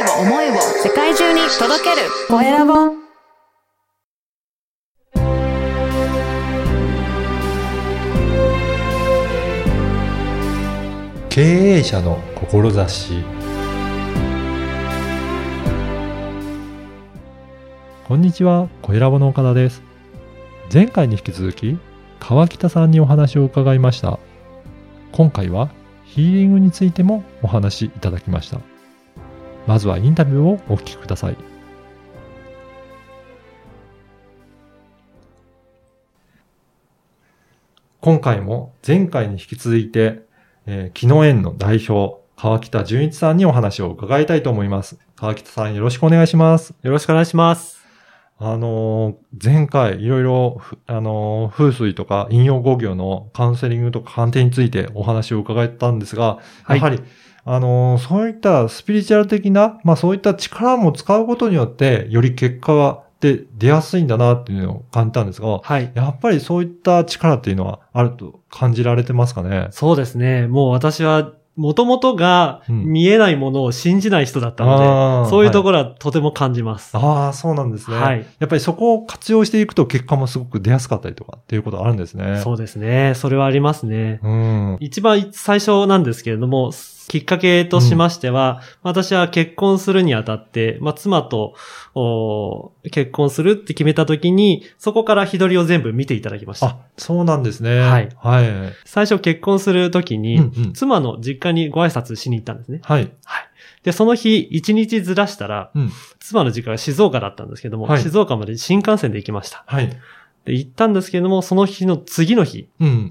を世界中に届けるコエラボ。 経営者の志。こんにちは、コエラボの岡田です。前回に引き続き川北さんにお話を伺いました。今回はヒーリングについてもお話しいただきました。まずはインタビューをお聞きください。今回も前回に引き続いて、木の園の代表川北純一さんにお話を伺いたいと思います。川北さん、よろしくお願いします。 よろしくお願いします。 前回いろいろ風水とか引用語行のカウンセリングとか鑑定についてお話を伺ったんですが、やはり、そういったスピリチュアル的な、そういった力も使うことによってより結果が出やすいんだなっていうのを感じたんですが、 はい。 やっぱりそういった力っていうのはあると感じられてますかね。 そうですね。もう私は元々が見えないものを信じない人だったので、そういうところはとても感じます。 ああ、そうなんですね。 はい。 やっぱりそこを活用していくと結果もすごく出やすかったりとかっていうことあるんですね。 そうですね。それはありますね。 うん。 一番最初なんですけれども、きっかけとしましては、私は結婚するにあたって、妻と結婚するって決めたときに、そこから日取りを全部見ていただきました。 あ、そうなんですね。 はい。 はい。 最初結婚するときに、妻の実家にご挨拶しに行ったんですね。 はい。 はい。で、その日、1日ずらしたら、妻の実家が静岡だったんですけども、静岡まで新幹線で行きました。 はい。 で、行ったんですけども、その日の次の日、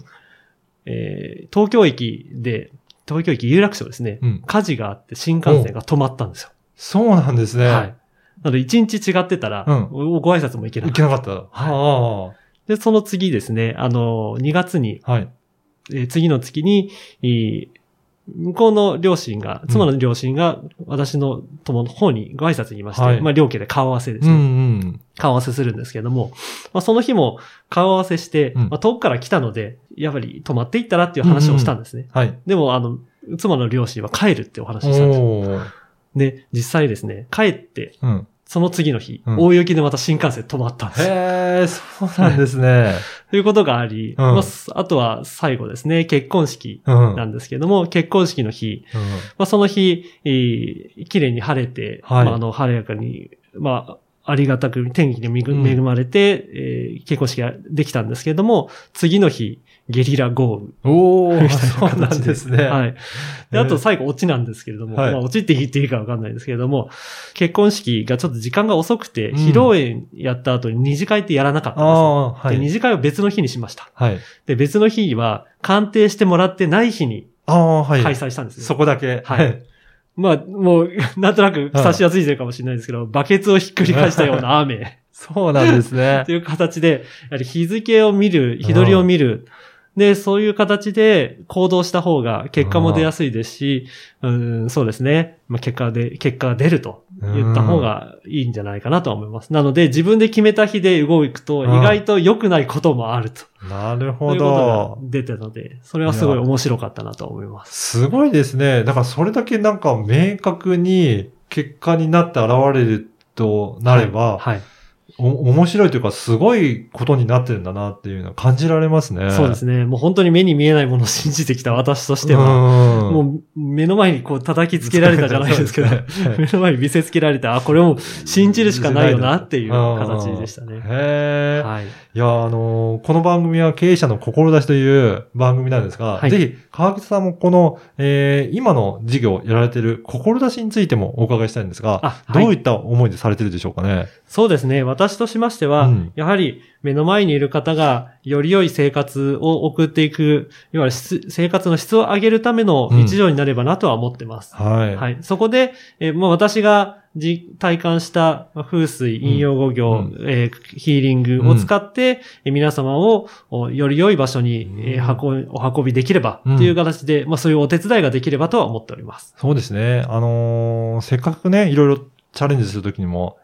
東京駅有楽町ですね、火事があって新幹線が止まったんですよ。 そうなんですね。はい。 なので1日違ってたら、ご挨拶も行けなかった。 行けなかった。 はい。で、その次ですね、2月に、はい。次の月に、向こうの両親が、妻の両親が私の友の方にご挨拶にいまして、はい、両家で顔合わせですね。顔合わせするんですけれども、その日も顔合わせして、遠くから来たので、やっぱり泊まっていったらっていう話をしたんですね。はい。でも、妻の両親は帰るってお話をしたんですよ。で、実際ですね、帰って、その次の日、大雪でまた新幹線止まったんですよ。 へー、そうなんですね。 ということがあり、あとは最後ですね、結婚式なんですけども、結婚式の日、その日、綺麗に晴れて、晴れやかに、ありがたく天気に恵まれて、結婚式ができたんですけれども、次の日、ゲリラ豪雨。 そうなんですね。 はい。で、あと最後、オチなんですけれども、オチって言っていいかわかんないですけれども、結婚式がちょっと時間が遅くて、披露宴やった後に二次会ってやらなかったんですよ。で、二次会を別の日にしました。はい。で、別の日は、鑑定してもらってない日に、開催したんですね。 そこだけ。 はい。もう、なんとなく差しやすいせいかもしれないですけど、バケツをひっくり返したような雨。 そうなんですね。 という形で、やはり日付を見る、日取りを見る。で、そういう形で行動した方が結果も出やすいですし、そうですね。結果が出ると言った方がいいんじゃないかなと思います。なので、自分で決めた日で動くと、意外と良くないこともあると。 なるほど。 ということが出てたので、それはすごい面白かったなと思います。 すごいですね。だからそれだけなんか明確に結果になって現れるとなれば、はい。面白いというか、すごいことになってるんだなっていうのは感じられますね。 そうですね。もう本当に目に見えないものを信じてきた私としては、もう目の前にこう叩きつけられたじゃないですけど、目の前に見せつけられて、これを信じるしかないよなっていう形でしたね。 へー。はい。いや、この番組は経営者の志という番組なんですが、はい、ぜひ、川北さんもこの、今の事業をやられている志についてもお伺いしたいんですが、どういった思いでされてるでしょうかね。 そうですね。私としましては、やはり目の前にいる方がより良い生活を送っていく、いわゆる生活の質を上げるための一助になればなとは思ってます。はい。はい。そこで、私が体感した風水、引用語行、ヒーリングを使って、皆様をより良い場所に、お運びできればという形で、そういうお手伝いができればとは思っております。 そうですね。せっかくね、いろいろチャレンジするときにも、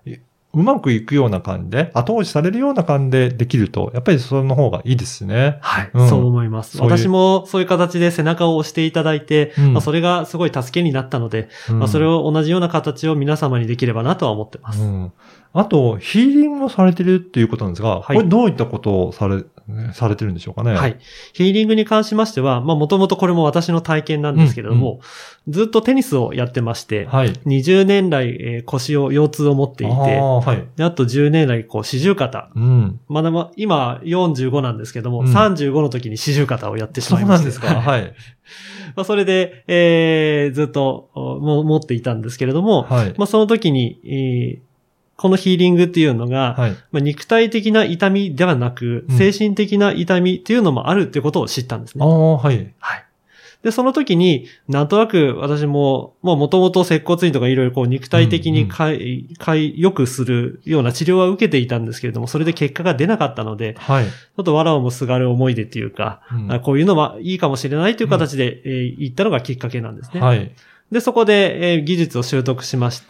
うまくいくような感じで、後押しされるような感じでできると、やっぱりその方がいいですね。 はい。そう思います。私もそういう形で背中を押していただいて、それがすごい助けになったので、それを同じような形を皆様にできればなとは思ってます。 あと、ヒーリングもされてるっていうことなんですが、これどういったことをされてるんでしょうかね。 はい。ヒーリングに関しましては、もともとこれも私の体験なんですけれども、ずっとテニスをやってまして、20年来、腰痛を持っていて、あと10年来、四十肩。まだ今45なんですけども、35の時に四十肩をやってしまいました。 そうなんですか。はい。 それで、ずっと持っていたんですけれども、その時に、このヒーリングっていうのが、肉体的な痛みではなく、精神的な痛みっていうのもあるっていうことを知ったんですね。はい。で、その時に、なんとなく私も、もともと接骨院とかいろいろ肉体的に良くするような治療は受けていたんですけれども、それで結果が出なかったので、ちょっと藁をもすがる思い出っていうか、こういうのはいいかもしれないという形で、行ったのがきっかけなんですね。で、そこで、技術を習得しまして、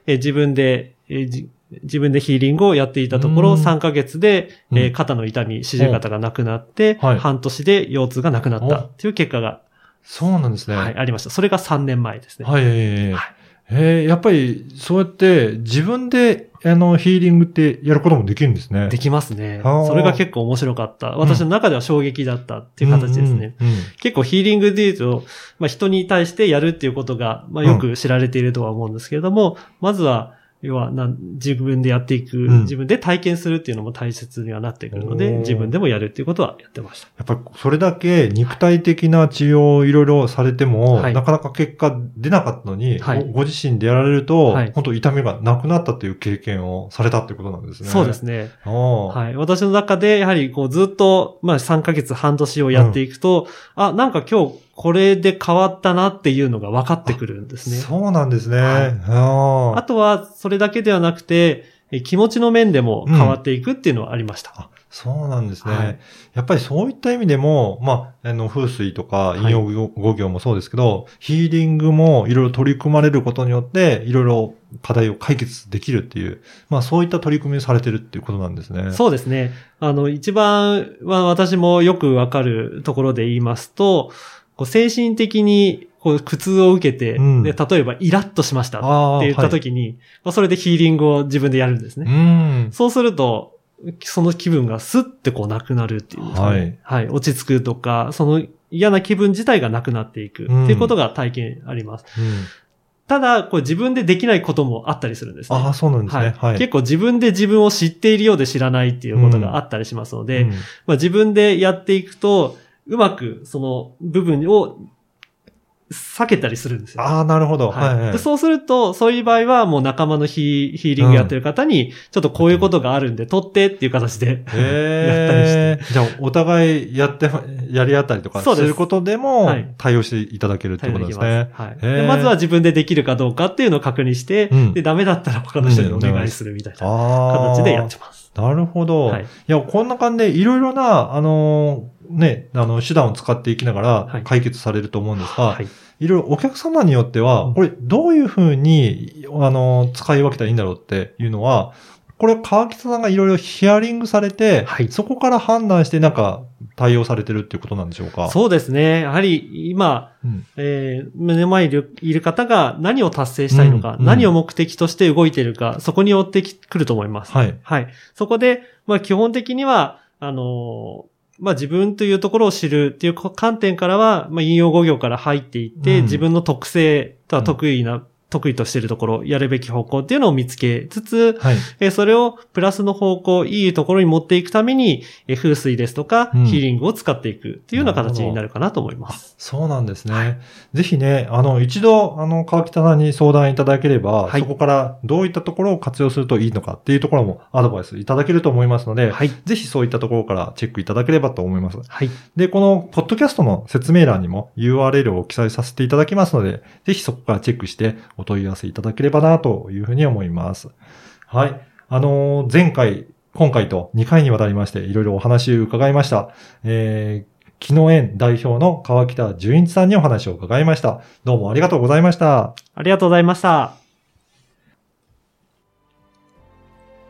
自分でヒーリングをやっていたところ、3ヶ月で、肩の痛み、四十肩がなくなって、半年で腰痛がなくなったっていう結果が。 そうなんですね。 はい、ありました。それが3年前ですね。 やっぱり、そうやって自分で、ヒーリングってやることもできるんですね。 できますね。それが結構面白かった。私の中では衝撃だったっていう形ですね。結構ヒーリングで言うと、人に対してやるっていうことが、よく知られているとは思うんですけれども、まずは、要は自分でやっていく、自分で体験するっていうのも大切にはなってくるので、自分でもやるっていうことはやってました。 やっぱりそれだけ肉体的な治療をいろいろされても、なかなか結果出なかったのに、ご自身でやられると、本当痛みがなくなったという経験をされたってことなんですね。 そうですね。私の中でやはりずっと、3ヶ月半年をやっていくと、なんか今日これで変わったなっていうのが分かってくるんですね。 そうなんですね。 あとは、それだけではなくて、気持ちの面でも変わっていくっていうのはありました。 そうなんですね。やっぱりそういった意味でも、風水とか陰陽五行もそうですけど、ヒーリングもいろいろ取り組まれることによって、いろいろ課題を解決できるっていう、そういった取り組みをされてるっていうことなんですね。 そうですね。一番は私もよくわかるところで言いますと、精神的に苦痛を受けて、で例えばイラッとしましたって言った時に、それでヒーリングを自分でやるんですね。そうすると、その気分がスッてなくなるっていうんですかね。落ち着くとか、その嫌な気分自体がなくなっていくっていうことが体験あります。ただ、自分でできないこともあったりするんですね。 そうなんですね。 結構自分で自分を知っているようで知らないっていうことがあったりしますので、自分でやっていくと、うまくその部分を避けたりするんですよ。 なるほど。 でそうすると、そういう場合はもう仲間のヒーリングやってる方に、ちょっとこういうことがあるんで、取ってっていう形でやったりして。 じゃあ、お互いやり合ったりとかすることでも、対応していただけるってことですね。 でまずは自分でできるかどうかっていうのを確認して、で、ダメだったら他の人にお願いするみたいな形でやってます。 なるほど。いや、こんな感じでいろいろな、手段を使っていきながら解決されると思うんですが、いろいろお客様によっては、これどういうふうに、使い分けたらいいんだろうっていうのは、これ川北さんがいろいろヒアリングされて、そこから判断して対応されてるっていうことなんでしょうか？ そうですね。やはり今、目の前にいる方が何を達成したいのか、何を目的として動いているか、そこに寄ってくると思います。そこで、基本的には、自分というところを知るっていう観点からは、陰陽五行から入っていって、自分の特性とは得意としているところ、やるべき方向っていうのを見つけつつ、それをプラスの方向、いいところに持っていくために、風水ですとか、ヒーリングを使っていくっていうような形になるかなと思います。 そうなんですね。ぜひね、一度、川北さんに相談いただければ、そこからどういったところを活用するといいのかっていうところもアドバイスいただけると思いますので、ぜひそういったところからチェックいただければと思います。で、このポッドキャストの説明欄にも URL を記載させていただきますので、ぜひそこからチェックしてお問い合わせいただければなというふうに思います。前回、今回と2回にわたりましていろいろお話を伺いました。木の園代表の川北純一さんにお話を伺いました。どうもありがとうございました。 ありがとうございました。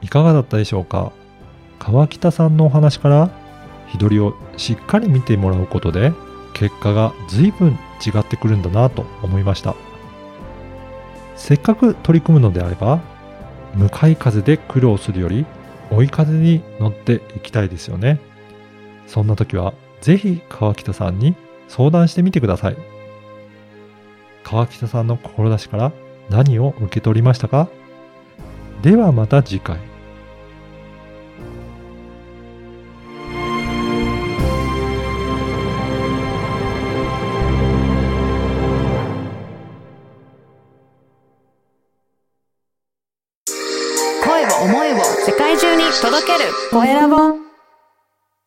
いかがだったでしょうか。川北さんのお話から日取りをしっかり見てもらうことで結果が随分違ってくるんだなと思いました。せっかく取り組むのであれば、向かい風で苦労するより追い風に乗っていきたいですよね。そんな時はぜひ川北さんに相談してみてください。川北さんの志から何を受け取りましたか？ではまた次回。 声を思いを世界中に届けるコエラボ。